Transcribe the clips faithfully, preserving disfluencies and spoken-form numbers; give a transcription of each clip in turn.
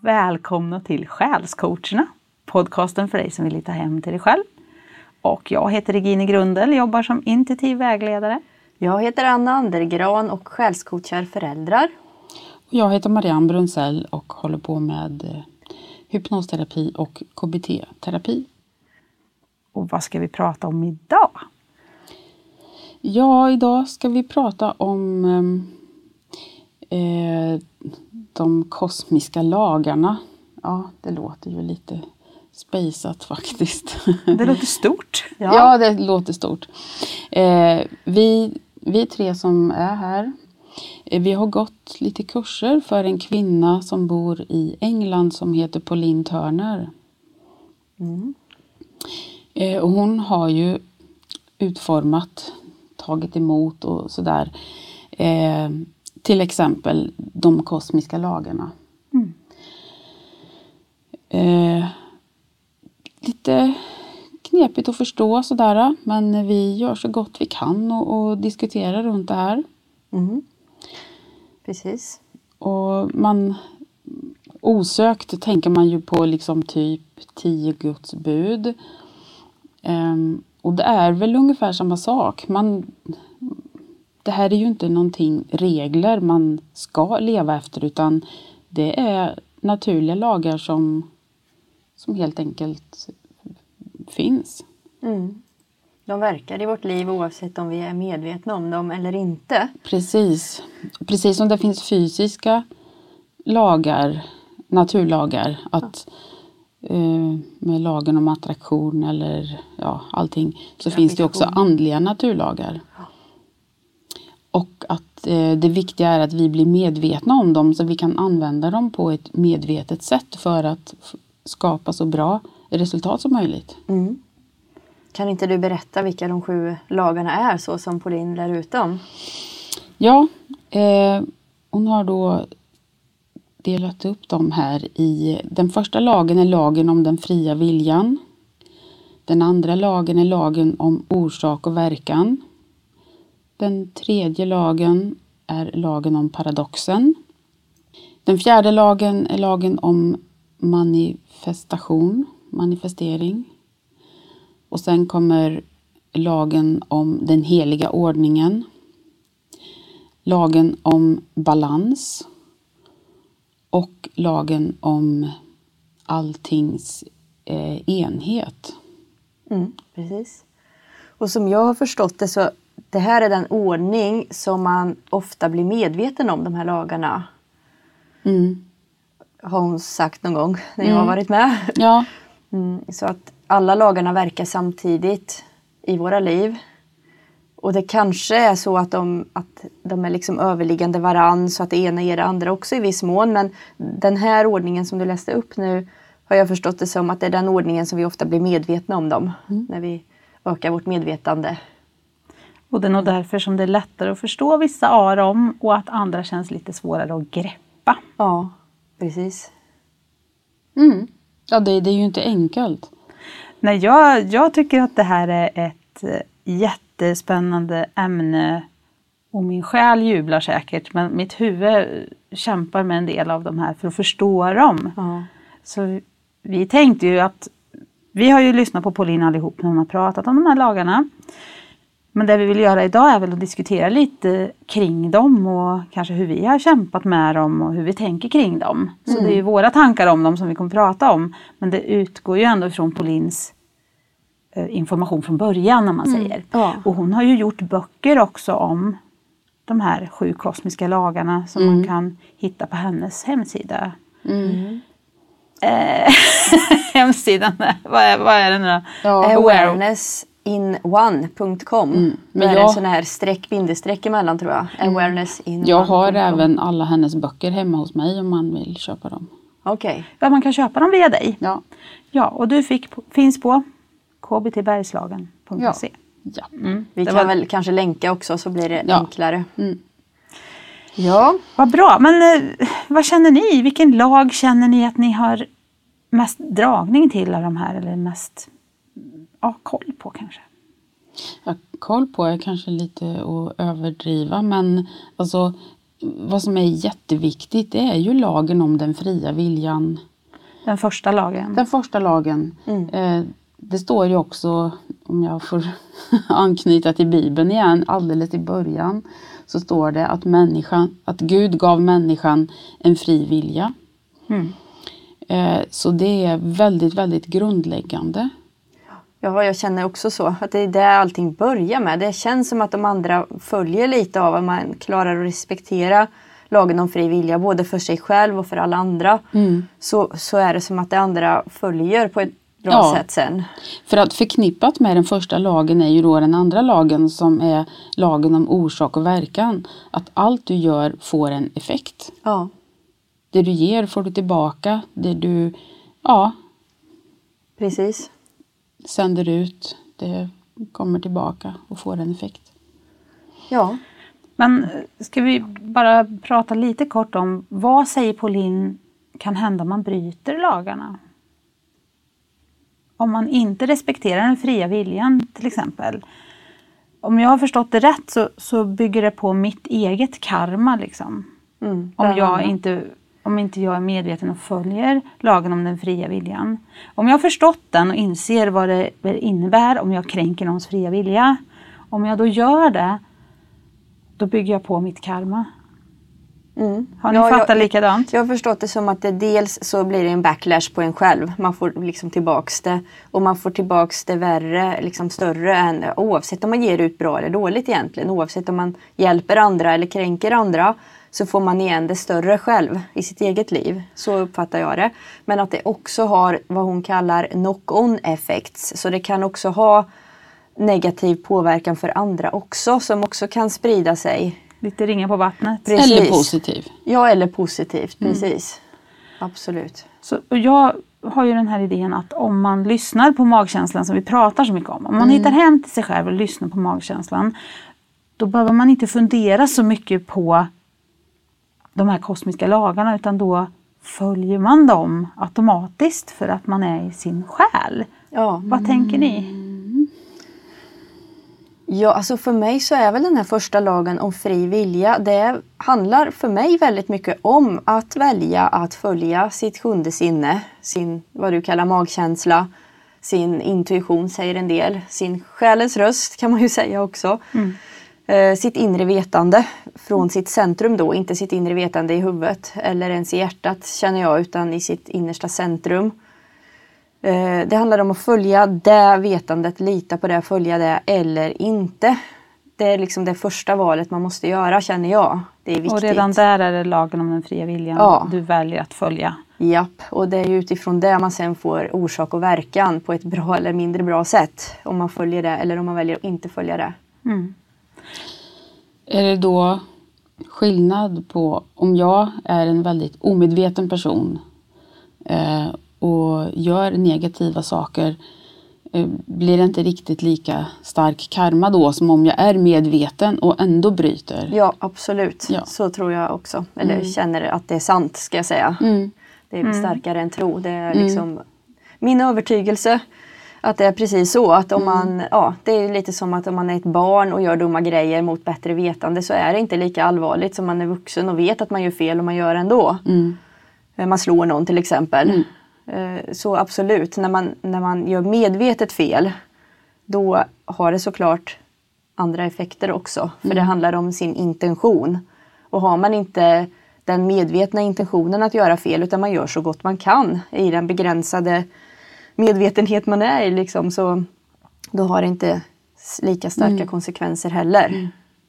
Välkomna till Själscoacherna, podcasten för dig som vill hitta hem till dig själv. Och jag heter Regine Grundel, jobbar som intuitiv vägledare. Jag heter Anna Andergran och själscoachar föräldrar. Jag heter Marianne Brunsell och håller på med hypnosterapi och K B T-terapi. Och vad ska vi prata om idag? Ja, idag ska vi prata om eh, de kosmiska lagarna. Ja, det låter ju lite spejsat faktiskt. Det låter stort. Ja, ja det låter stort. Eh, vi, vi tre som är här, eh, vi har gått lite kurser för en kvinna som bor i England som heter Pauline Turner. Mm. Eh, och hon har ju utformat, tagit emot och sådär. Eh, till exempel de kosmiska lagarna. Mm. Eh, lite knepigt att förstå sådär. Men vi gör så gott vi kan och, och diskuterar runt det här. Mm. Precis. Och man osökt tänker man ju på liksom typ tio Guds bud. Eh, och det är väl ungefär samma sak. Man... Det här är ju inte någonting regler man ska leva efter, utan det är naturliga lagar som, som helt enkelt finns. Mm. De verkar i vårt liv oavsett om vi är medvetna om dem eller inte. Precis. Precis som det finns fysiska lagar, naturlagar, att eh, med lagen om attraktion eller ja, allting, så finns det också andliga naturlagar. Och att eh, det viktiga är att vi blir medvetna om dem så vi kan använda dem på ett medvetet sätt för att f- skapa så bra resultat som möjligt. Mm. Kan inte du berätta vilka de sju lagarna är så som Pauline lär ut dem? Ja, eh, hon har då delat upp dem här i... Den första lagen är lagen om den fria viljan. Den andra lagen är lagen om orsak och verkan. Den tredje lagen är lagen om paradoxen. Den fjärde lagen är lagen om manifestation, manifestering. Och sen kommer lagen om den heliga ordningen. Lagen om balans. Och lagen om alltings eh, enhet. Mm, precis. Och som jag har förstått det så det här är den ordning som man ofta blir medveten om, de här lagarna. Mm. Har hon sagt någon gång när jag Mm. har varit med. Ja. Mm, så att alla lagarna verkar samtidigt i våra liv. Och det kanske är så att de, att de är liksom överliggande varann så att det ena ger det andra också i viss mån. Men den här ordningen som du läste upp nu har jag förstått det som att det är den ordningen som vi ofta blir medvetna om dem. Mm. När vi ökar vårt medvetande. Och det är nog därför som det är lättare att förstå vissa av dem och att andra känns lite svårare att greppa. Ja, precis. Mm. Ja, det, det är ju inte enkelt. Nej, jag, jag tycker att det här är ett jättespännande ämne och min själ jublar säkert, men mitt huvud kämpar med en del av de här för att förstå dem. Ja. Så vi tänkte ju att vi har ju lyssnat på Pauline allihop när hon har pratat om de här lagarna. Men det vi vill göra idag är väl att diskutera lite kring dem och kanske hur vi har kämpat med dem och hur vi tänker kring dem. Så mm. det är ju våra tankar om dem som vi kommer prata om. Men det utgår ju ändå från Paulines eh, information från början när man mm. säger. Ja. Och hon har ju gjort böcker också om de här sju kosmiska lagarna som mm. man kan hitta på hennes hemsida. Mm. Eh, hemsidan, vad är, vad är den då? Ja, awareness in one punkt com. Mm. Men det är jag, en sån här streck, bindestreck emellan tror jag. Mm. Awareness in jag har även alla hennes böcker hemma hos mig om man vill köpa dem. Okej. Okay. Ja, man kan köpa dem via dig. Ja. Ja, och du fick, finns på k b t bergslagen punkt se. Ja. Ja. Mm. Vi kan var... väl kanske länka också så blir det ja. enklare. Mm. Ja. Vad bra. Men eh, vad känner ni? Vilken lag känner ni att ni har mest dragning till av de här? Eller mest ja, koll på kanske? Ja, koll på är kanske lite att överdriva. Men alltså, vad som är jätteviktigt, det är ju lagen om den fria viljan. Den första lagen. Den första lagen. Mm. Eh, det står ju också, om jag får anknyta till Bibeln igen, alldeles i början så står det att, människan, att Gud gav människan en fri vilja. Mm. Eh, så det är väldigt, väldigt grundläggande. Ja, jag känner också så. Att det är där allting börjar med. Det känns som att de andra följer lite av att man klarar att respektera lagen om fri vilja. Både för sig själv och för alla andra. Mm. Så, så är det som att det andra följer på ett bra Ja. sätt sen. För att förknippat med den första lagen är ju då den andra lagen som är lagen om orsak och verkan. Att allt du gör får en effekt. Ja, Det du ger får du tillbaka. Det du ja, precis. sänder ut, det kommer tillbaka och får en effekt. Ja. Men ska vi bara prata lite kort om vad säger Pauline kan hända om man bryter lagarna? Om man inte respekterar den fria viljan till exempel. Om jag har förstått det rätt så, så bygger det på mitt eget karma liksom. Mm, Om bland jag annat. inte, om inte jag är medveten och följer lagen om den fria viljan. Om jag har förstått den och inser vad det innebär om jag kränker någons fria vilja. Om jag då gör det, då bygger jag på mitt karma. Mm. Har ni Ja, fattat jag, likadant? Jag har förstått det som att det dels så blir det en backlash på en själv. Man får liksom tillbaks det. Och man får tillbaks det värre, liksom större än oavsett om man ger ut bra eller dåligt egentligen. Oavsett om man hjälper andra eller kränker andra. Så får man igen det större själv i sitt eget liv. Så uppfattar jag det. Men att det också har vad hon kallar knock-on effects. Så det kan också ha negativ påverkan för andra också. Som också kan sprida sig. Lite ringa på vattnet. Precis. Eller positiv. Ja, eller positivt. Precis. Mm. Absolut. Så, och jag har ju den här idén att om man lyssnar på magkänslan som vi pratar så mycket om. Om man Mm. hittar hem till sig själv och lyssnar på magkänslan. Då behöver man inte fundera så mycket på de här kosmiska lagarna. Utan då följer man dem automatiskt för att man är i sin själ. Ja. Vad tänker ni? Ja, alltså för mig så är väl den här första lagen om fri vilja, det handlar för mig väldigt mycket om att välja att följa sitt sjunde sinne, sin, vad du kallar magkänsla, sin intuition säger en del, sin själens röst kan man ju säga också. Mm. Eh, sitt inre vetande från sitt centrum då, inte sitt inre vetande i huvudet eller ens i hjärtat känner jag, utan i sitt innersta centrum. Det handlar om att följa det vetandet, lita på det, följa det eller inte. Det är liksom det första valet man måste göra känner jag. Det är viktigt. Och redan där är det lagen om den fria viljan ja. Du väljer att följa. Japp, och det är ju utifrån det man sen får orsak och verkan på ett bra eller mindre bra sätt. Om man följer det eller om man väljer att inte följa det. Mm. Är det då skillnad på om jag är en väldigt omedveten person eh, och gör negativa saker, eh, blir det inte riktigt lika stark karma då som om jag är medveten och ändå bryter? Ja, absolut. Ja. Så tror jag också. Eller Mm. känner att det är sant ska jag säga. Mm. Det är starkare än tro. Det är liksom mm. min övertygelse att det är precis så. Att om man, mm. ja, det är lite som att om man är ett barn och gör dumma grejer mot bättre vetande så är det inte lika allvarligt som man är vuxen och vet att man gör fel och man gör ändå. Mm. Man slår någon till exempel. Mm. Så absolut, när man, när man gör medvetet fel då har det såklart andra effekter också. För mm. det handlar om sin intention. Och har man inte den medvetna intentionen att göra fel utan man gör så gott man kan i den begränsade medvetenhet man är i liksom, så då har det inte lika starka mm. konsekvenser heller. Mm.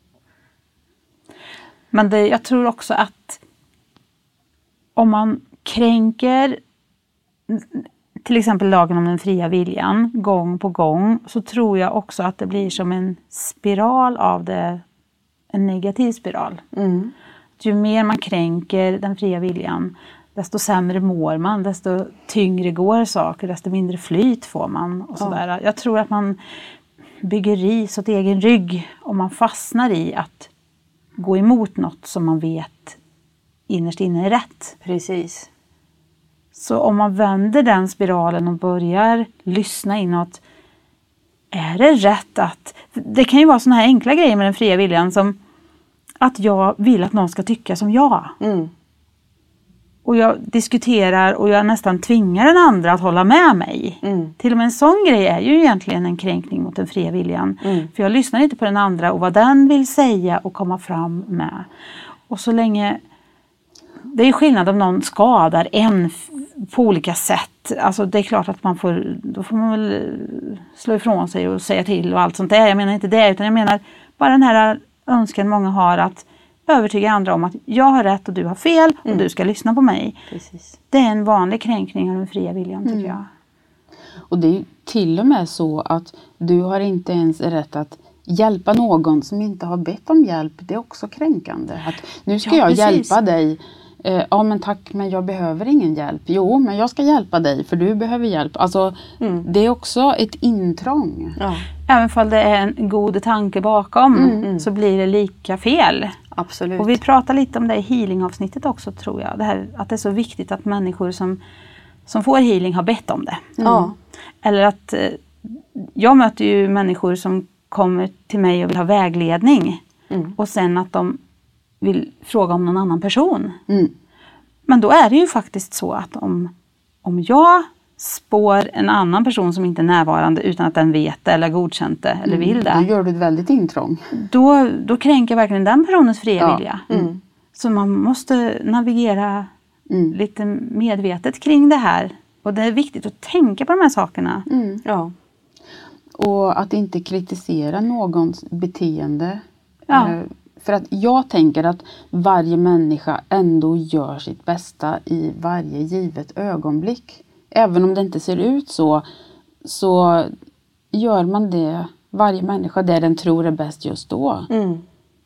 Men det, jag tror också att om man kränker till exempel lagen om den fria viljan gång på gång så tror jag också att det blir som en spiral av det, en negativ spiral. Mm. Ju mer man kränker den fria viljan desto sämre mår man, desto tyngre går saker, desto mindre flyt får man och sådär. Ja. Jag tror att man bygger ris åt egen rygg om man fastnar i att gå emot något som man vet innerst inne är rätt. Precis. Så om man vänder den spiralen och börjar lyssna inåt, är det rätt att... Det kan ju vara såna här enkla grejer med den fria viljan som att jag vill att någon ska tycka som jag. Mm. Och jag diskuterar och jag nästan tvingar den andra att hålla med mig. Mm. Till och med en sån grej är ju egentligen en kränkning mot den fria viljan. Mm. För jag lyssnar inte på den andra och vad den vill säga och komma fram med. Och så länge... Det är skillnad om någon skadar en på olika sätt. Alltså det är klart att man får... Då får man väl slå ifrån sig och säga till och allt sånt där. Jag menar inte det, utan jag menar bara den här önskan många har att övertyga andra om att jag har rätt och du har fel och mm. du ska lyssna på mig. Precis. Det är en vanlig kränkning av den fria viljan tycker mm. jag. Och det är ju till och med så att du har inte ens rätt att hjälpa någon som inte har bett om hjälp. Det är också kränkande. Att nu ska ja, jag precis. hjälpa dig. Eh, ja men tack, men jag behöver ingen hjälp. Jo, men jag ska hjälpa dig för du behöver hjälp. Alltså mm. det är också ett intrång. Ja. Även om det är en god tanke bakom mm. så blir det lika fel. Absolut. Och vi pratar lite om det i healingavsnittet också tror jag. Det här, att det är så viktigt att människor som, som får healing har bett om det. Mm. Ja. Eller att eh, jag möter ju människor som kommer till mig och vill ha vägledning. Mm. Och sen att de vill fråga om någon annan person. Mm. Men då är det ju faktiskt så att om, om jag spår en annan person som inte är närvarande utan att den vet det eller godkänt det eller mm. vill det. Då gör du ett väldigt intrång. Då, då kränker verkligen den personens fria ja. vilja. Mm. Så man måste navigera mm. lite medvetet kring det här. Och det är viktigt att tänka på de här sakerna. Mm. Ja. Och att inte kritisera någons beteende. Ja. För att jag tänker att varje människa ändå gör sitt bästa i varje givet ögonblick. Även om det inte ser ut så, så gör man det, varje människa, det den tror är bäst just då. Mm.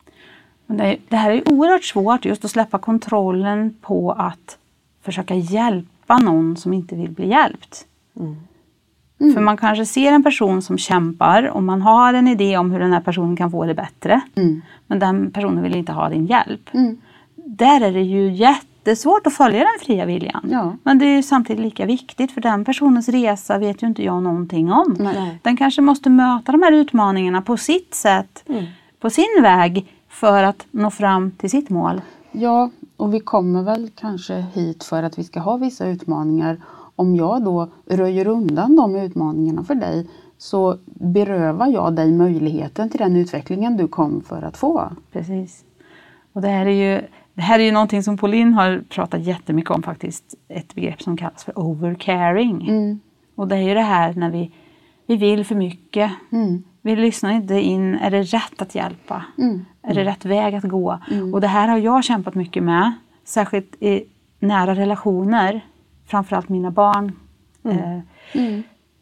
Det, det här är oerhört svårt just att släppa kontrollen på att försöka hjälpa någon som inte vill bli hjälpt. Mm. Mm. För man kanske ser en person som kämpar och man har en idé om hur den här personen kan få det bättre. Mm. Men den personen vill inte ha din hjälp. Mm. Där är det ju jättesvårt att följa den fria viljan. Ja. Men det är ju samtidigt lika viktigt för den personens resa vet ju inte jag någonting om. Nej. Den kanske måste möta de här utmaningarna på sitt sätt, mm. på sin väg för att nå fram till sitt mål. Ja, och vi kommer väl kanske hit för att vi ska ha vissa utmaningar. Om jag då röjer undan de utmaningarna för dig så berövar jag dig möjligheten till den utvecklingen du kom för att få. Precis. Och det här är ju, det här är ju någonting som Pauline har pratat jättemycket om faktiskt. Ett begrepp som kallas för overcaring. Mm. Och det är ju det här när vi, vi vill för mycket. Mm. Vi lyssnar inte in, är det rätt att hjälpa? Mm. Är det rätt väg att gå? Mm. Och det här har jag kämpat mycket med. Särskilt i nära relationer. Framförallt mina barn. Mm. Eh, Mm.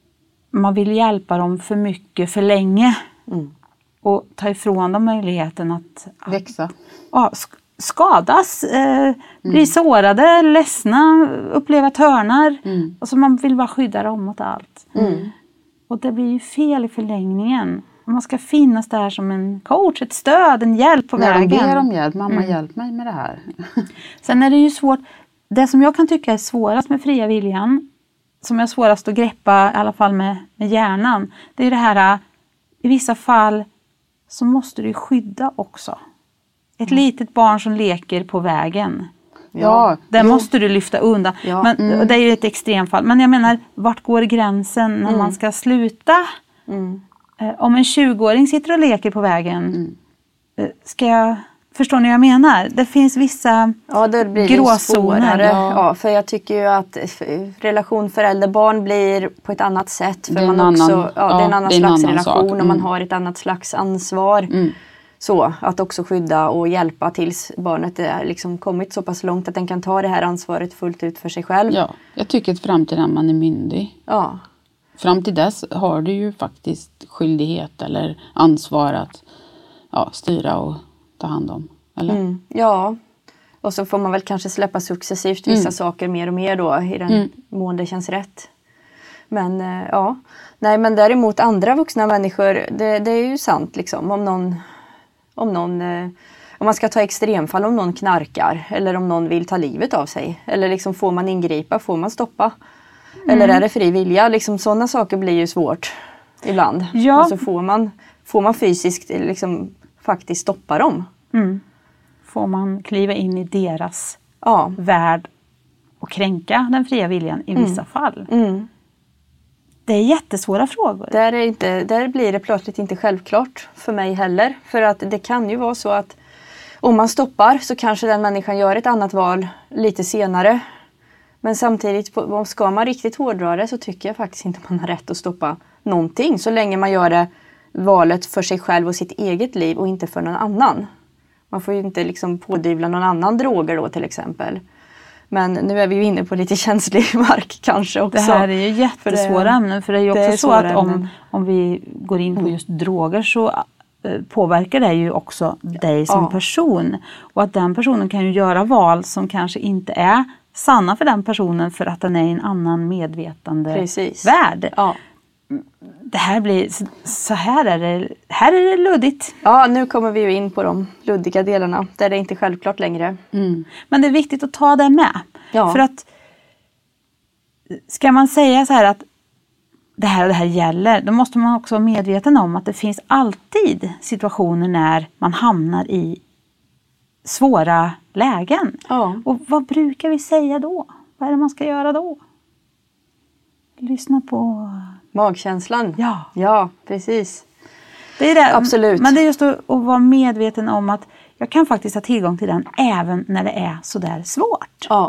man vill hjälpa dem för mycket, för länge. Mm. Och ta ifrån dem möjligheten att, att Växa. ja, sk- skadas, eh, Mm. bli sårade, ledsna, uppleva törnar. Mm. Alltså man vill bara skydda dem mot allt. Mm. Och det blir ju fel i förlängningen. Man ska finnas där som en coach, ett stöd, en hjälp på När vägen. de ber om hjälp, mamma Mm. hjälp mig med det här. Sen är det ju svårt, det som jag kan tycka är svårast med fria viljan, som är svårast att greppa, i alla fall med, med hjärnan, det är det här, i vissa fall så måste du skydda också. Ett mm. litet barn som leker på vägen. Ja, det jo. måste du lyfta undan. Ja. Men, Mm. det är ju ett extremfall. Men jag menar, vart går gränsen när Mm. man ska sluta? Mm. Eh, om en tjugoåring sitter och leker på vägen, Mm. eh, ska jag... Förstår ni vad jag menar? Det finns vissa Ja, det blir det gråzoner. svårare. Ja. Ja, för jag tycker ju att relation förälder-barn blir på ett annat sätt. För Det är man en också, annan- ja, det är en ja, annan det är en slags annan relation sak. och man Mm. har ett annat slags ansvar. Mm. Så, att också skydda och hjälpa tills barnet är liksom kommit så pass långt att den kan ta det här ansvaret fullt ut för sig själv. Ja, jag tycker att fram till när man är myndig. Ja. Fram till dess har du ju faktiskt skyldighet eller ansvar att ja, styra och ta hand om. Eller? Mm, ja, och så får man väl kanske släppa successivt vissa Mm. saker mer och mer då i den Mm. mån det känns rätt. Men eh, ja, nej men däremot andra vuxna människor, det, det är ju sant liksom om någon, om någon, eh, om man ska ta extremfall, om någon knarkar eller om någon vill ta livet av sig. Eller liksom får man ingripa, får man stoppa? Mm. Eller är det fri vilja? Liksom sådana saker blir ju svårt ibland. Ja. Och så får man, får man fysiskt liksom faktiskt stoppa dem. Mm. får man kliva in i deras Ja. värld och kränka den fria viljan i vissa Mm. fall. Mm. Det är jättesvåra frågor. Där, är inte, där blir det plötsligt inte självklart för mig heller. För att det kan ju vara så att om man stoppar så kanske den människan gör ett annat val lite senare. Men samtidigt, om ska man riktigt hårdra det så tycker jag faktiskt inte man har rätt att stoppa någonting. Så länge man gör det valet för sig själv och sitt eget liv och inte för någon annan. Man får ju inte liksom pådyvla någon annan droger då till exempel. Men nu är vi ju inne på lite känslig mark kanske också. Det här är ju jättesvåra det, ämnen. För det är ju också är så att om, ämnen. om vi går in på just droger så eh, påverkar det ju också dig som Ja. person. Och att den personen kan ju göra val som kanske inte är sanna för den personen för att den är i en annan medvetande Precis. värld. Ja. Det här blir, så här är det, här är det luddigt. ja, nu kommer vi ju in på de luddiga delarna där det inte är självklart längre. Mm. Men det är viktigt att ta det med. Ja. För att ska man säga så här att det här och det här gäller, då måste man också vara medveten om att det finns alltid situationer när man hamnar i svåra lägen. Ja. Och vad brukar vi säga då? Vad är det man ska göra då? Lyssna på... Magkänslan. Ja. Ja, precis. Det är det. Absolut. Men det är just att, att vara medveten om att jag kan faktiskt ha tillgång till den även när det är så där svårt. Ja.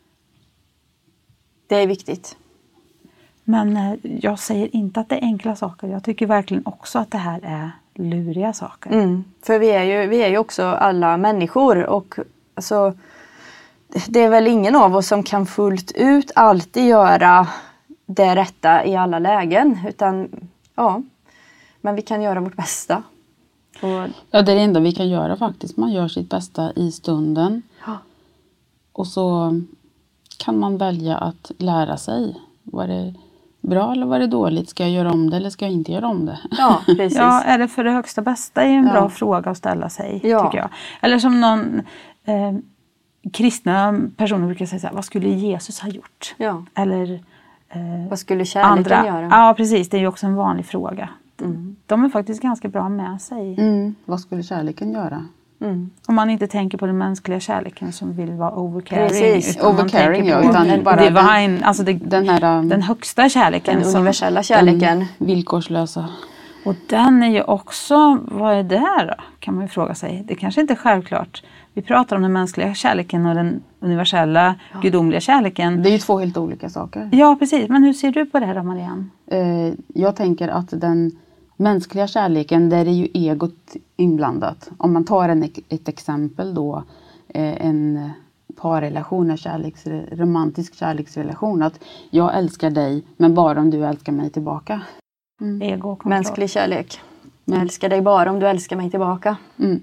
Det är viktigt. Men eh, jag säger inte att det är enkla saker. Jag tycker verkligen också att det här är luriga saker. Mm. För vi är, ju, vi är ju också alla människor och alltså, det är väl ingen av oss som kan fullt ut alltid göra det rätta i alla lägen. Utan ja, men vi kan göra vårt bästa. Och, Ja, det är det enda vi kan göra faktiskt. Man gör sitt bästa i stunden. ja. Och så kan man välja att lära sig. Var det bra eller var det dåligt? Ska jag göra om det eller ska jag inte göra om det? Ja, precis. Ja, är det för det högsta bästa är en Ja. bra fråga att ställa sig, Ja. tycker jag. Eller som någon eh, kristna personer brukar säga så här, vad skulle Jesus ha gjort? Ja. Eller eh, Vad skulle kärleken andra. göra? Ja, precis. Det är ju också en vanlig fråga. Mm. De är faktiskt ganska bra med sig. Mm. Vad skulle kärleken göra? Mm. Om man inte tänker på den mänskliga kärleken som vill vara overcaring. Precis. Utan man Overcaring, tänker ja, på utan den bara divine, alltså det, Den här um, den högsta kärleken. Den som- universella kärleken. den villkorslösa. Och den är ju också, vad är det då? Kan man ju fråga sig. Det kanske inte är självklart. Vi pratar om den mänskliga kärleken och den universella, gudomliga kärleken. Det är ju två helt olika saker. Ja, precis. Men hur ser du på det här då, Marianne? Eh, jag tänker att den mänskliga kärleken, där är ju egot inblandat. Om man tar en, ett exempel då, eh, en parrelation, en kärleks, romantisk kärleksrelation. Att jag älskar dig, men bara om du älskar mig tillbaka. Ego och kontroll. Mänsklig kärlek. Jag Mm. älskar dig bara om du älskar mig tillbaka. Mm.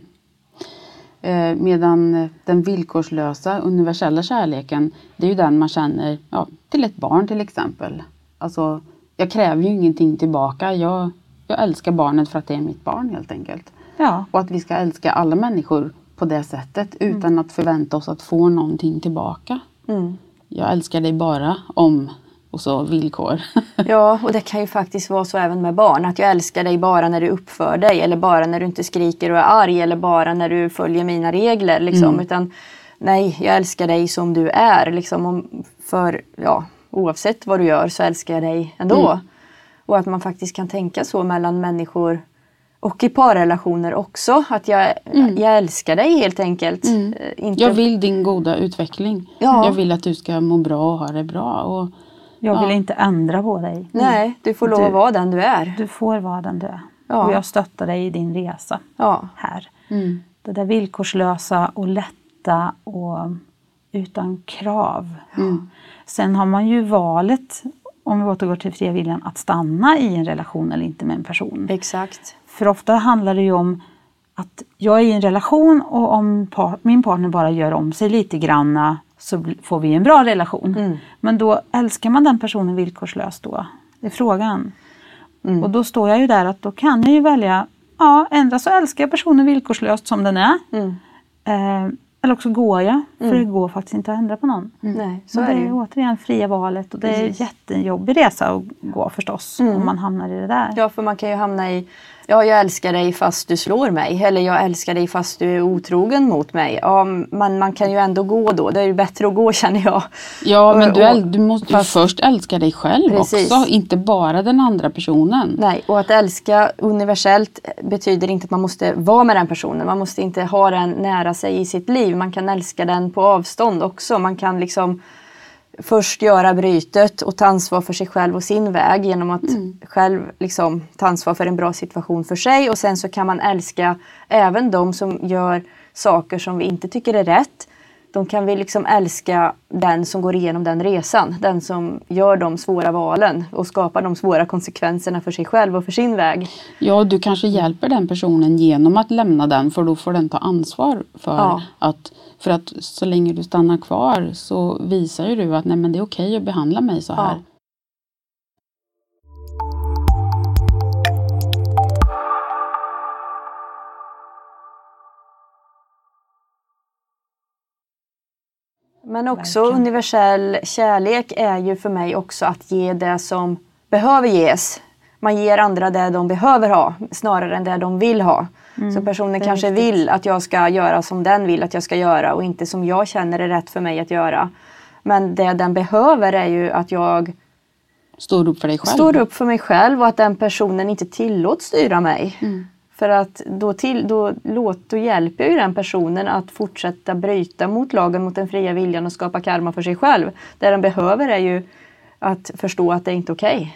Eh, medan den villkorslösa, universella kärleken, det är ju den man känner ja, till ett barn till exempel. Alltså, jag kräver ju ingenting tillbaka. Jag, jag älskar barnet för att det är mitt barn helt enkelt. Ja, Och att vi ska älska alla människor på det sättet utan att förvänta oss att få någonting tillbaka. Mm. Jag älskar dig bara om och så villkor. Ja, och det kan ju faktiskt vara så även med barn. Att jag älskar dig bara när du uppför dig. Eller bara när du inte skriker och är arg. Eller bara när du följer mina regler. Liksom. Mm. Utan nej, jag älskar dig som du är. Liksom. Om, för ja, oavsett vad du gör så älskar jag dig ändå. Mm. Och att man faktiskt kan tänka så mellan människor. Och i parrelationer också. Att jag, Mm. jag älskar dig helt enkelt. Mm. Eh, Inte... Jag vill din goda utveckling. Ja. Jag vill att du ska må bra och ha det bra. Och, jag vill Ja. inte ändra på dig. Nej, du får lov Du- att vara den du är. Du får vara den du är. Ja. Och jag stöttar dig i din resa Ja. här. mm. Det där villkorslösa och lätta och utan krav. Mm. Sen har man ju valet, om vi återgår till fria viljan, att stanna i en relation eller inte med en person. Exakt. För ofta handlar det ju om att jag är i en relation och om par, min partner bara gör om sig lite granna så bl- får vi en bra relation. Mm. Men då älskar man den personen villkorslöst då. Det är frågan. Mm. Och då står jag ju där att då kan jag ju välja, ja, ändra så älskar jag personen villkorslöst som den är. Mm. Eh, eller också går jag, för Mm. det går faktiskt inte att ändra på någon. Nej, så Så är det det är ju. återigen fria valet och det är Precis. jättejobbig resa att gå förstås Mm. om man hamnar i det där. Ja, för man kan ju hamna i ja, jag älskar dig fast du slår mig. Eller jag älskar dig fast du är otrogen mot mig. Ja, man, man kan ju ändå gå då. Det är ju bättre att gå, känner jag. Ja, men du, och, äl- du måste fast, ju först älska dig själv precis. Också. Inte bara den andra personen. Nej, och att älska universellt betyder inte att man måste vara med den personen. Man måste inte ha den nära sig i sitt liv. Man kan älska den på avstånd också. Man kan liksom först göra brytet och ta ansvar för sig själv och sin väg genom att mm. själv liksom ta ansvar för en bra situation för sig. Och sen så kan man älska även de som gör saker som vi inte tycker är rätt. De kan vi liksom älska den som går igenom den resan. Den som gör de svåra valen och skapar de svåra konsekvenserna för sig själv och för sin väg. Ja, du kanske hjälper den personen genom att lämna den, för då får den ta ansvar för ja. att För att så länge du stannar kvar så visar ju du att nej, men det är okej att behandla mig så här. Ja. Men också verkligen. Universell kärlek är ju för mig också att ge det som behöver ges. Man ger andra det de behöver ha snarare än det de vill ha. Mm, så personen kanske riktigt. Vill att jag ska göra som den vill att jag ska göra och inte som jag känner är rätt för mig att göra. Men det den behöver är ju att jag står upp för dig själv. Står upp för mig själv och att den personen inte tillåts styra mig. Mm. För att då, till, då, låt, då hjälper ju den personen att fortsätta bryta mot lagen, mot den fria viljan och skapa karma för sig själv. Det den behöver är ju att förstå att det är inte okej.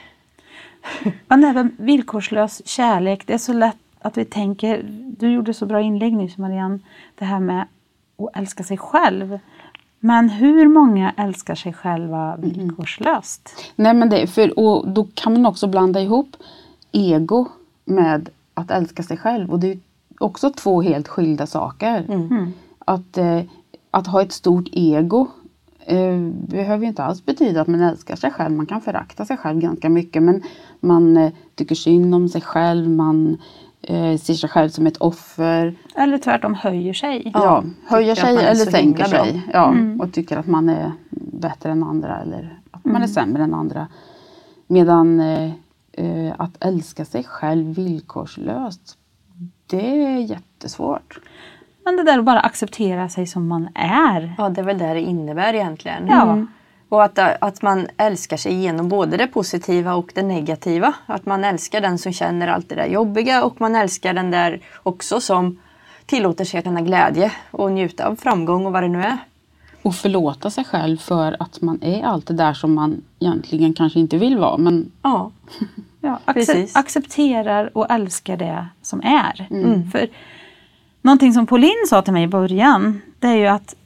Men även villkorslös kärlek, det är så lätt att vi tänker, du gjorde så bra inlägg nyss Marianne, det här med att älska sig själv. Men hur många älskar sig själva villkorslöst? Mm. Nej, men det, för, och då kan man också blanda ihop ego med att älska sig själv. Och det är också två helt skilda saker. Mm. Att, eh, att ha ett stort ego eh, behöver ju inte alls betyda att man älskar sig själv. Man kan förakta sig själv ganska mycket. Men man eh, tycker synd om sig själv. Man eh, ser sig själv som ett offer. Eller tvärtom höjer sig. Ja, ja höjer sig eller sänker sig. Ja, mm. Och tycker att man är bättre än andra. Eller att man mm. är sämre än andra. Medan eh, eh, att älska sig själv villkorslöst, det är jättesvårt. Men det där att bara acceptera sig som man är. Ja, det är väl det det innebär egentligen. Ja. Mm. Och att, att man älskar sig genom både det positiva och det negativa. Att man älskar den som känner allt det där jobbiga. Och man älskar den där också som tillåter sig att känna glädje. Och njuta av framgång och vad det nu är. Och förlåta sig själv för att man är allt det där som man egentligen kanske inte vill vara. Men... Ja, ja acce- accepterar och älskar det som är. Mm. För någonting som Pauline sa till mig i början, det är ju att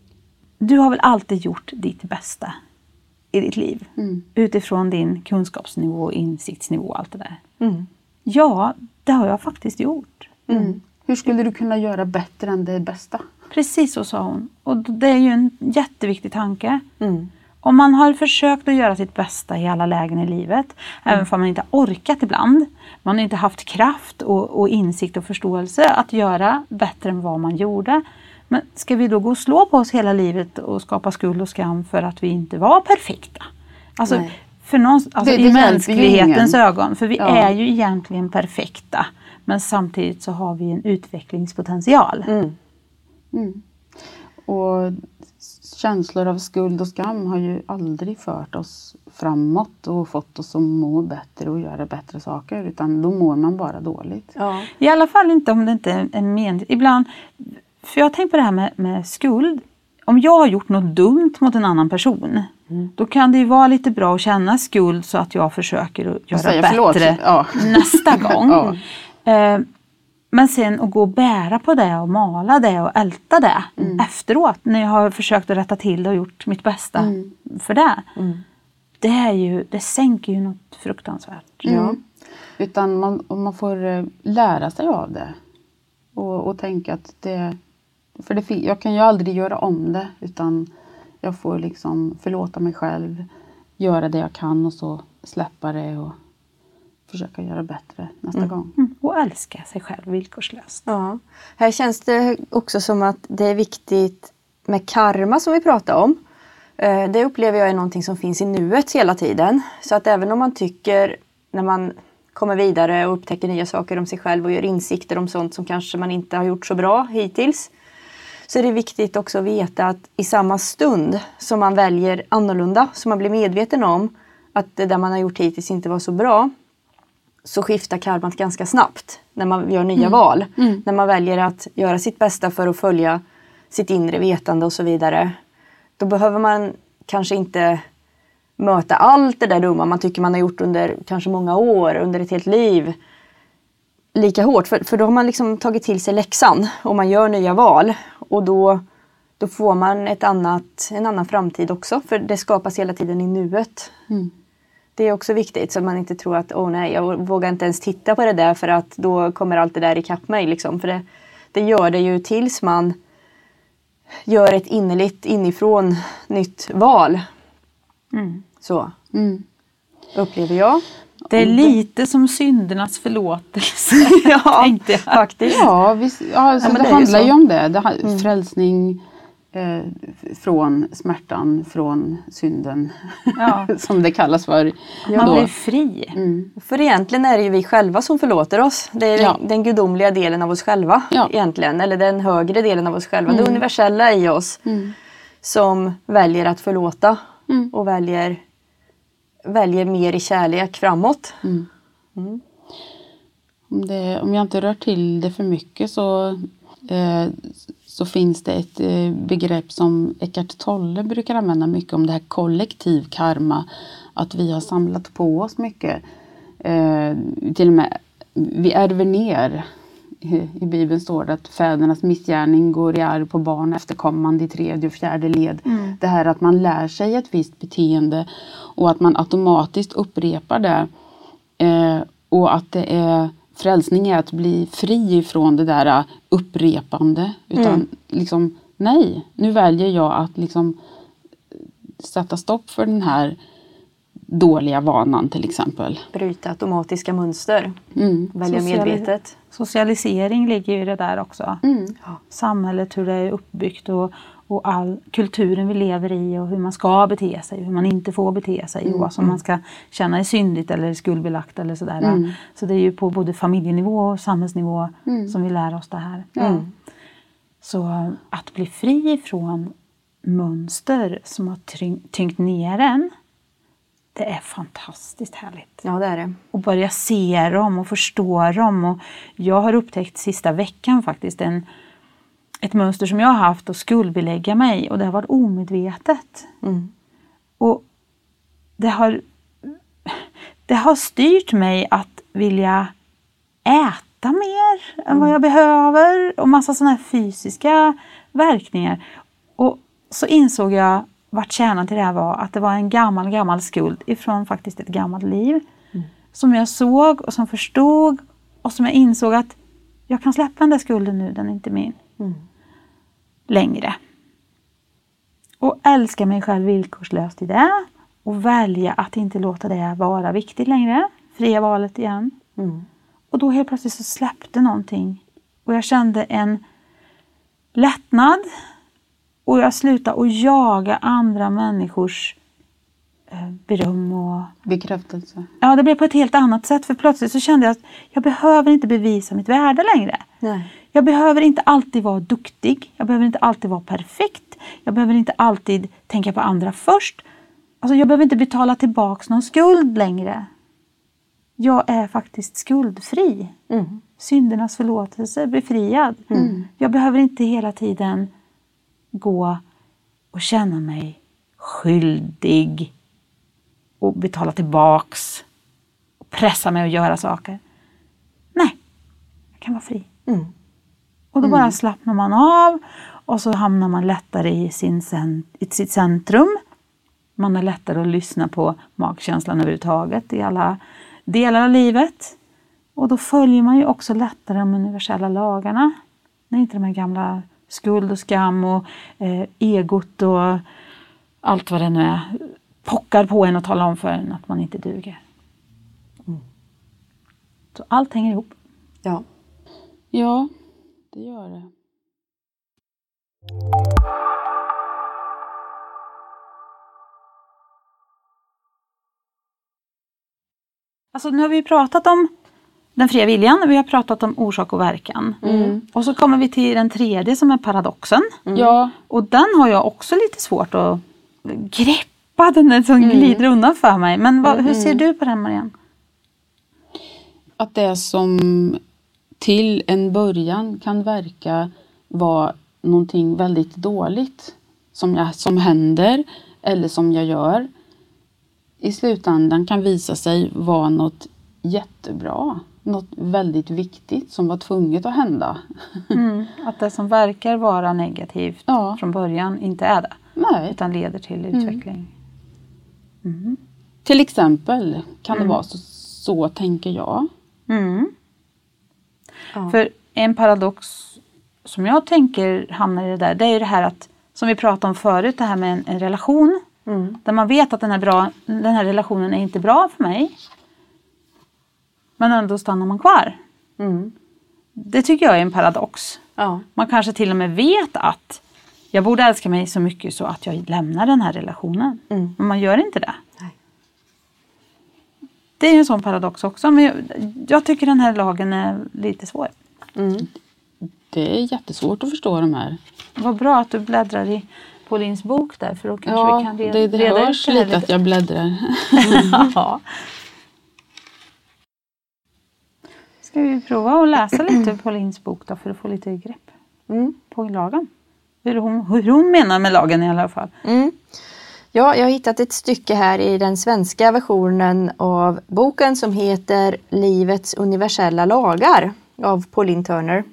du har väl alltid gjort ditt bästa i ditt liv. Mm. Utifrån din kunskapsnivå, insiktsnivå och allt det där. Mm. Ja, det har jag faktiskt gjort. Mm. Hur skulle du kunna göra bättre än det bästa? Precis så sa hon. Och det är ju en jätteviktig tanke. Mm. Om man har försökt att göra sitt bästa i alla lägen i livet. Mm. Även om man inte orkat ibland. Man har inte haft kraft och, och insikt och förståelse att göra bättre än vad man gjorde. Men ska vi då gå och slå på oss hela livet och skapa skuld och skam för att vi inte var perfekta? Alltså, för någon, alltså det, det i mänsklighetens ögon. För vi ja. är ju egentligen perfekta. Men samtidigt så har vi en utvecklingspotential. Mm. Mm. Och känslor av skuld och skam har ju aldrig fört oss framåt och fått oss att må bättre och göra bättre saker. Utan då mår man bara dåligt. Ja. I alla fall inte om det inte är menligt. Ibland, för jag har tänkt på det här med, med skuld. Om jag har gjort något dumt mot en annan person. Mm. Då kan det ju vara lite bra att känna skuld så att jag försöker att göra bättre ja. nästa gång. ja. uh, Men sen att gå och bära på det och mala det och älta det mm. efteråt. När jag har försökt att rätta till det och gjort mitt bästa mm. för det. Mm. Det, är ju, det sänker ju något fruktansvärt. Mm. Ja. Utan man, man får lära sig av det. Och, och tänka att det... För det, jag kan ju aldrig göra om det. Utan jag får liksom förlåta mig själv. Göra det jag kan och så släppa det och... försöka göra bättre nästa mm. gång. Mm. Och älska sig själv villkorslöst. Ja. Här känns det också som att det är viktigt med karma som vi pratar om. Det upplever jag är någonting som finns i nuet hela tiden. Så att även om man tycker, när man kommer vidare och upptäcker nya saker om sig själv och gör insikter om sånt som kanske man inte har gjort så bra hittills. Så är det viktigt också att veta att i samma stund som man väljer annorlunda, som man blir medveten om att det där man har gjort hittills inte var så bra, så skiftar karmat ganska snabbt när man gör nya mm. val. Mm. När man väljer att göra sitt bästa för att följa sitt inre vetande och så vidare. Då behöver man kanske inte möta allt det där dumma man tycker man har gjort under kanske många år, under ett helt liv. Lika hårt, för, för då har man liksom tagit till sig läxan och man gör nya val. Och då, då får man ett annat, en annan framtid också, för det skapas hela tiden i nuet. Mm. Det är också viktigt så att man inte tror att åh nej, jag vågar inte ens titta på det där för att då kommer allt det där ikapp mig. Liksom. För det, det gör det ju tills man gör ett innerligt inifrån nytt val. Mm. Så mm. upplever jag. Det är lite som syndernas förlåtelse. Ja, tänkte jag. Faktiskt. Ja, visst, ja, alltså ja det, det handlar ju om det. det har, mm. Frälsning eh, från smärtan, från synden. Ja. Som det kallas för. Ja. Man blir fri. Mm. För egentligen är det ju vi själva som förlåter oss. Det är ja. den gudomliga delen av oss själva ja. egentligen. Eller den högre delen av oss själva. Mm. Det universella i oss. Mm. Som väljer att förlåta. Mm. Och väljer... väljer mer i kärlek framåt. Mm. Mm. Om, det, om jag inte rör till det för mycket så, eh, så finns det ett eh, begrepp som Eckart Tolle brukar använda mycket om det här kollektiv karma. Att vi har samlat på oss mycket. Eh, till och med vi ärver ner. I Bibeln står det att fädernas missgärning går i arv på barn efterkommande i tredje och fjärde led. Mm. Det här att man lär sig ett visst beteende och att man automatiskt upprepar det. Eh, och att det är frälsning är att bli fri ifrån det där upprepande. Utan mm. liksom, nej, nu väljer jag att liksom sätta stopp för den här dåliga vanan till exempel. Bryta automatiska mönster. Mm. Välja Sociali- medvetet. Socialisering ligger ju i det där också. Mm. Samhället, hur det är uppbyggt och, och all kulturen vi lever i och hur man ska bete sig, hur man inte får bete sig mm. och vad som man ska känna är syndigt eller skuldbelagt eller sådär. Mm. Så det är ju på både familjenivå och samhällsnivå mm. som vi lär oss det här. Mm. Så att bli fri från mönster som har tyng- tyngt ner en, det är fantastiskt härligt. Ja, det är det. Och börja se dem och förstå dem. Och jag har upptäckt sista veckan faktiskt en, ett mönster som jag har haft att skuldbelägga mig. Och det har varit omedvetet. Mm. Och det har, det har styrt mig att vilja äta mer mm. än vad jag behöver. Och massa sådana här fysiska verkningar. Och så insåg jag vart kärnan till det här var att det var en gammal, gammal skuld ifrån faktiskt ett gammalt liv. Mm. Som jag såg och som förstod och som jag insåg att jag kan släppa den där skulden nu, den är inte min. Mm. Längre. Och älska mig själv villkorslöst i det. Och välja att inte låta det vara viktigt längre. Fria valet igen. Mm. Och då helt plötsligt så släppte någonting. Och jag kände en lättnad. Och jag slutade att jaga andra människors eh, beröm och bekräftelse. Ja, det blev på ett helt annat sätt. För plötsligt så kände jag att jag behöver inte bevisa mitt värde längre. Nej. Jag behöver inte alltid vara duktig. Jag behöver inte alltid vara perfekt. Jag behöver inte alltid tänka på andra först. Alltså jag behöver inte betala tillbaka någon skuld längre. Jag är faktiskt skuldfri. Mm. Syndernas förlåtelse, befriad. Mm. Jag behöver inte hela tiden gå och känna mig skyldig och betala tillbaks och pressa mig att göra saker. Nej, jag kan vara fri. Mm. Och då bara mm. slappnar man av och så hamnar man lättare i, sin cent- i sitt centrum. Man är lättare att lyssna på magkänslan överhuvudtaget i alla delar av livet. Och då följer man ju också lättare de universella lagarna. Det är inte de här gamla skuld och skam och eh, egot och allt vad det nu är pockar på en och talar om för en att man inte duger. Mm. Så allt hänger ihop. Ja. Ja, det gör det. Alltså nu har vi pratat om den fria viljan, vi har pratat om orsak och verkan. Mm. Och så kommer vi till den tredje som är paradoxen. Mm. Ja, Och den har jag också lite svårt att greppa, den är som glider undan för mig. Men vad, hur ser du på den, Marianne? att det som till en början kan verka vara någonting väldigt dåligt som, jag, som händer eller som jag gör, i slutändan kan visa sig vara något jättebra. Något väldigt viktigt som var tvunget att hända. Mm, att det som verkar vara negativt Ja. från början inte är det. Nej. Utan leder till utveckling. Mm. Till exempel kan det vara så, så tänker jag. Mm. Ja. För en paradox som jag tänker hamnar i det där, det är ju det här att, som vi pratade om förut, det här med en, en relation. Mm. Där man vet att den här, bra, den här relationen är inte bra för mig. Men ändå stannar man kvar. Mm. Det tycker jag är en paradox. Ja. Man kanske till och med vet att jag borde älska mig så mycket så att jag lämnar den här relationen. Mm. Men man gör inte det. Nej. Det är ju en sån paradox också. Men jag, jag tycker den här lagen är lite svår. Mm. Det är jättesvårt att förstå de här. Vad bra att du bläddrar i Paulins bok där. För då kanske Ja, vi kan reda, det, det reda ut hörs det här lite att jag bläddrar. Ja. Ska vi prova att läsa lite ur Paulins bok då, för att få lite grepp Mm. på lagen. Hur hon, hur hon menar med lagen i alla fall. Mm. Ja, jag har hittat ett stycke här i den svenska versionen av boken som heter Livets universella lagar av Pauline Turner.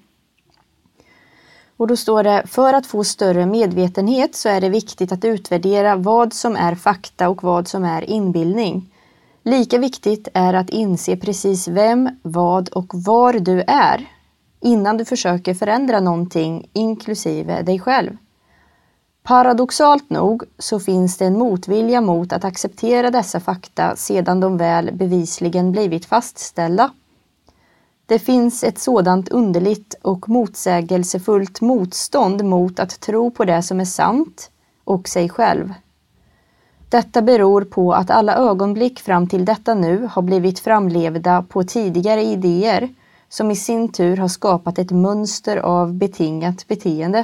Och då står det: för att få större medvetenhet så är det viktigt att utvärdera vad som är fakta och vad som är inbildning. Lika viktigt är att inse precis vem, vad och var du är innan du försöker förändra någonting, inklusive dig själv. Paradoxalt nog så finns det en motvilja mot att acceptera dessa fakta sedan de väl bevisligen blivit fastställda. Det finns ett sådant underligt och motsägelsefullt motstånd mot att tro på det som är sant och sig själv. Detta beror på att alla ögonblick fram till detta nu har blivit framlevda på tidigare idéer som i sin tur har skapat ett mönster av betingat beteende.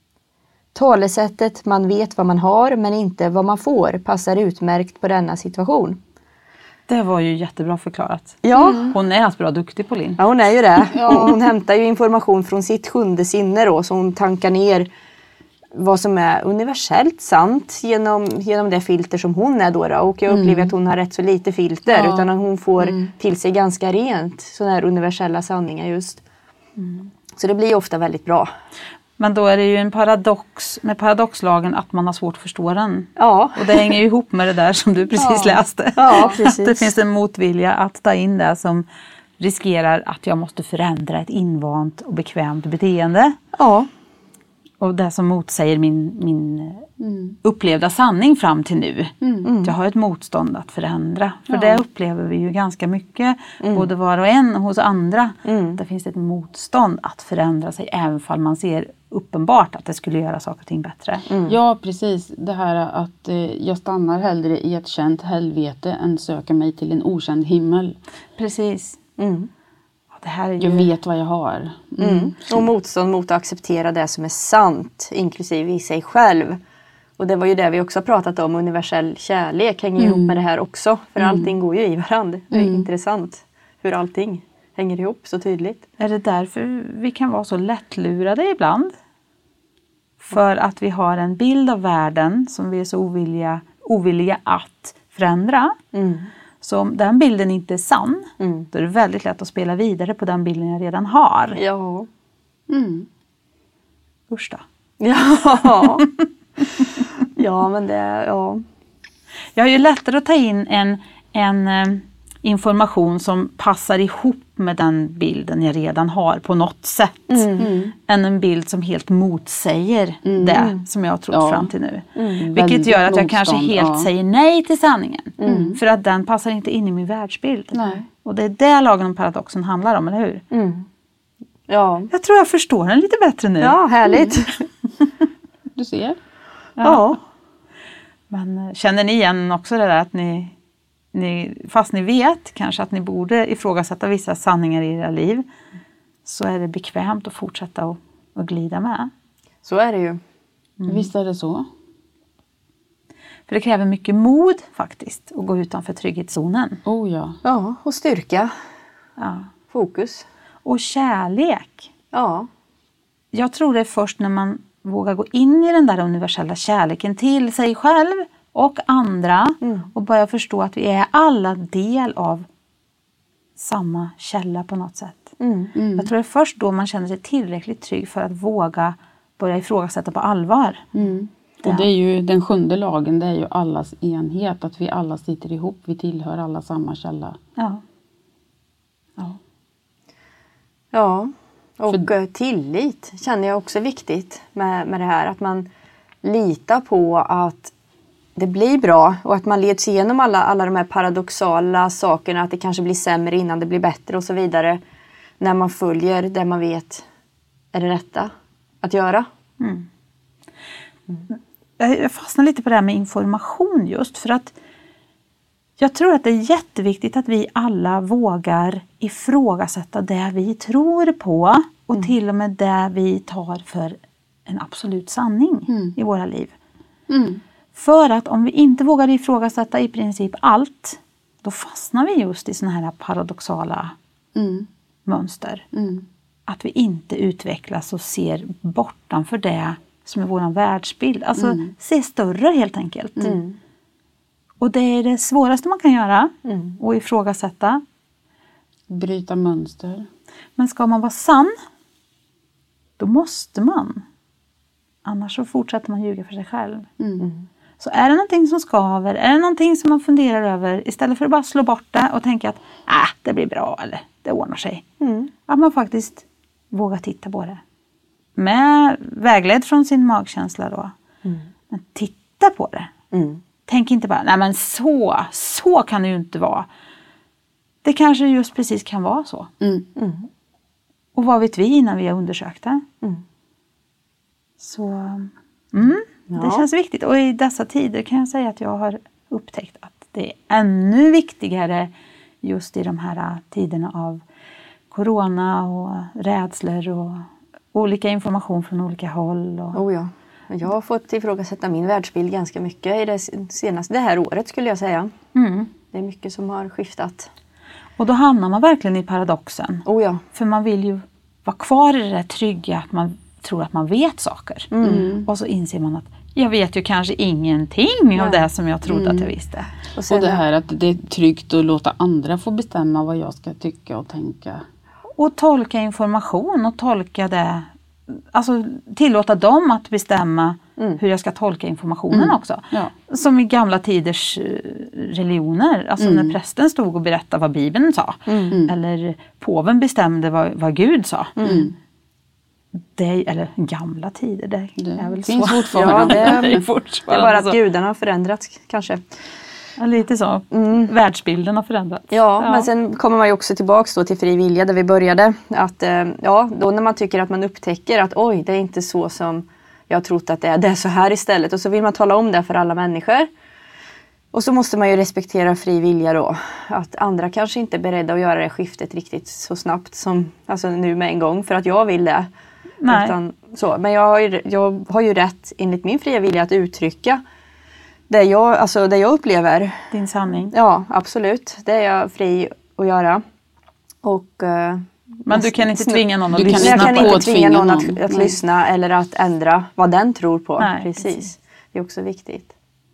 Talesättet man vet vad man har men inte vad man får passar utmärkt på denna situation. Det var ju jättebra förklarat. Ja, Hon är alltså bra duktig, Pauline. ja hon är ju det. Och hon hämtar ju information från sitt sjunde sinne då, så hon tankar ner vad som är universellt sant genom, genom det filter som hon är då. då. Och jag upplever att hon har rätt så lite filter, Ja. utan att hon får till sig ganska rent sådana här universella sanningar just. Så det blir ofta väldigt bra. Men då är det ju en paradox med paradoxlagen att man har svårt att förstå den. Ja, Och det hänger ju ihop med det där som du precis Ja. läste. ja precis. Det finns en motvilja att ta in det som riskerar att jag måste förändra ett invant och bekvämt beteende. Ja, Och det som motsäger min, min Mm. upplevda sanning fram till nu. Mm. Jag har ett motstånd att förändra. För Ja. det upplever vi ju ganska mycket. Både var och en och hos andra. Mm. Där finns det ett motstånd att förändra sig. Även om man ser uppenbart att det skulle göra saker och ting bättre. Ja, precis. Det här att eh, jag stannar hellre i ett känt helvete än söker mig till en okänd himmel. Precis. mm. Ja, det här är ju... Jag vet vad jag har. Mm. Mm. Och motstånd mot att acceptera det som är sant, inklusive i sig själv. Och det var ju det vi också pratat om, universell kärlek hänger ihop med det här också. För allting går ju i varandra. Det är intressant hur allting hänger ihop så tydligt. Är det därför vi kan vara så lättlurade ibland? För att vi har en bild av världen som vi är så ovilliga, ovilliga att förändra. Mm. Så om den bilden inte är sann, Mm. då är det väldigt lätt att spela vidare på den bilden jag redan har. Ja. Mm. Usch då. Ja. Ja, men det, ja. Jag har ju lättare att ta in en, en eh, information som passar ihop med den bilden jag redan har på något sätt. Mm. Än en bild som helt motsäger det som jag har trott Ja. fram till nu. Vilket Väldigt gör att jag kanske motstånd, helt ja. säger nej till sanningen. För att den passar inte in i min världsbild. Nej. Och det är det lagen om paradoxen handlar om, eller hur? Mm. Ja. Jag tror jag förstår den lite bättre nu. Ja, härligt. Du ser. Ja. Men eh, känner ni igen också det där att ni ni, fast ni vet kanske att ni borde ifrågasätta vissa sanningar i era liv, så är det bekvämt att fortsätta och, och glida med. Så är det ju. Mm. Visst är det så. För det kräver mycket mod faktiskt att gå utanför trygghetszonen. Oh ja. Ja, och styrka. Ja. Fokus. Och kärlek. Ja. Jag tror det är först när man vågar gå in i den där universella kärleken till sig själv och andra. Mm. Och börja förstå att vi är alla del av samma källa på något sätt. Mm. Mm. Jag tror det är först då man känner sig tillräckligt trygg för att våga börja ifrågasätta på allvar. Mm. Och det är ju den sjunde lagen, det är ju allas enhet. Att vi alla sitter ihop, vi tillhör alla samma källa. Ja. Ja. Ja. Och För... tillit känner jag också är viktigt med, med det här. Att man litar på att det blir bra. Och att man leds igenom alla, alla de här paradoxala sakerna. Att det kanske blir sämre innan det blir bättre och så vidare. När man följer det man vet är det rätta att göra. Mm. Mm. Jag fastnar lite på det här med information just. För att jag tror att det är jätteviktigt att vi alla vågar ifrågasätta det vi tror på. Och mm. till och med det vi tar för en absolut sanning mm. i våra liv. Mm. För att om vi inte vågar ifrågasätta i princip allt, då fastnar vi just i såna här paradoxala mm. mönster. Mm. Att vi inte utvecklas och ser bortanför det som är vår världsbild. Alltså mm. se större helt enkelt. Mm. Och det är det svåraste man kan göra. Mm. Och ifrågasätta. Bryta mönster. Men ska man vara sann, då måste man. Annars så fortsätter man ljuga för sig själv. Mm. Så är det någonting som skaver, är det någonting som man funderar över, istället för att bara slå bort det och tänka att äh, det blir bra eller det ordnar sig. Mm. Att man faktiskt vågar titta på det. Med vägledd från sin magkänsla då. Mm. Men titta på det. Mm. Tänk inte bara, nej men så, så kan det ju inte vara. Det kanske just precis kan vara så. Mm. Mm. Och vad vet vi innan vi har undersökt det? Mm. Så, mm, Ja. det känns viktigt. Och i dessa tider kan jag säga att jag har upptäckt att det är ännu viktigare just i de här tiderna av corona och rädslor och olika information från olika håll. Och... Oh ja. Jag har fått ifrågasätta min världsbild ganska mycket i det senaste det här året skulle jag säga. Mm. Det är mycket som har skiftat. Och då hamnar man verkligen i paradoxen. Oh ja. För man vill ju vara kvar i det där trygga att man tror att man vet saker. Mm. Och så inser man att jag vet ju kanske ingenting Nej. av det som jag trodde mm. att jag visste. Och, sen, och det här att det är tryggt att låta andra få bestämma vad jag ska tycka och tänka. Och tolka information och tolka det. Alltså tillåta dem att bestämma mm. hur jag ska tolka informationen mm. också. Ja. Som i gamla tiders religioner. Alltså mm. när prästen stod och berättade vad Bibeln sa. Mm. Eller påven bestämde vad, vad Gud sa. Mm. Det, eller gamla tider, det, det är väl finns så. Fortfarande. Ja, det, det är fortfarande. Det är bara att gudarna har förändrats kanske. Ja, lite så. Mm. Världsbilden har förändrats. Ja, ja, men sen kommer man ju också tillbaka då till fri vilja där vi började. Att, ja, då när man tycker att man upptäcker att oj, det är inte så som jag har trott att det är. Det är så här istället. Och så vill man tala om det för alla människor. Och så måste man ju respektera fri vilja då. Att andra kanske inte är beredda att göra det skiftet riktigt så snabbt som alltså nu med en gång. För att jag vill det. Nej. Utan, så. Men jag har, ju, jag har ju rätt enligt min fria vilja att uttrycka det jag, alltså det jag upplever. Din sanning. Ja, absolut. Det är jag fri att göra. Och, men du kan inte tvinga någon att du lyssna Jag kan på. inte tvinga någon att, någon. att lyssna eller att ändra vad den tror på. Nej, precis. precis. Det är också viktigt.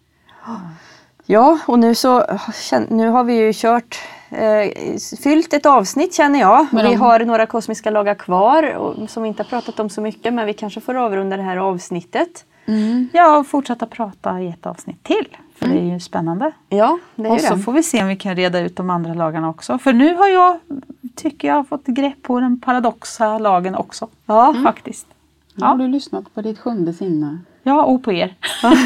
Ja, och nu så nu har vi ju kört eh, fyllt ett avsnitt känner jag. Men vi om... har några kosmiska lagar kvar och, som vi inte har pratat om så mycket, men vi kanske får avrunda det här avsnittet. Mm. Ja, och fortsätta prata i ett avsnitt till. För mm. det är ju spännande. Ja, det är och ju så det. får vi se om vi kan reda ut de andra lagarna också. För nu har jag, tycker jag, fått grepp på den paradoxa lagen också. Ja, mm. faktiskt. Ja. Har du lyssnat på ditt sjunde sinne? Ja, och på er.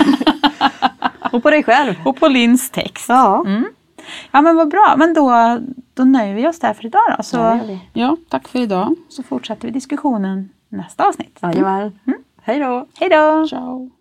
Och på dig själv. Och på Linns text. Ja. Mm. Ja, men vad bra. Men då, då nöjer vi oss där för idag då. Så, ja, ja, tack för idag. Så fortsätter vi diskussionen nästa avsnitt. Jajamän. Mm. Hej då. Hej då. Ciao.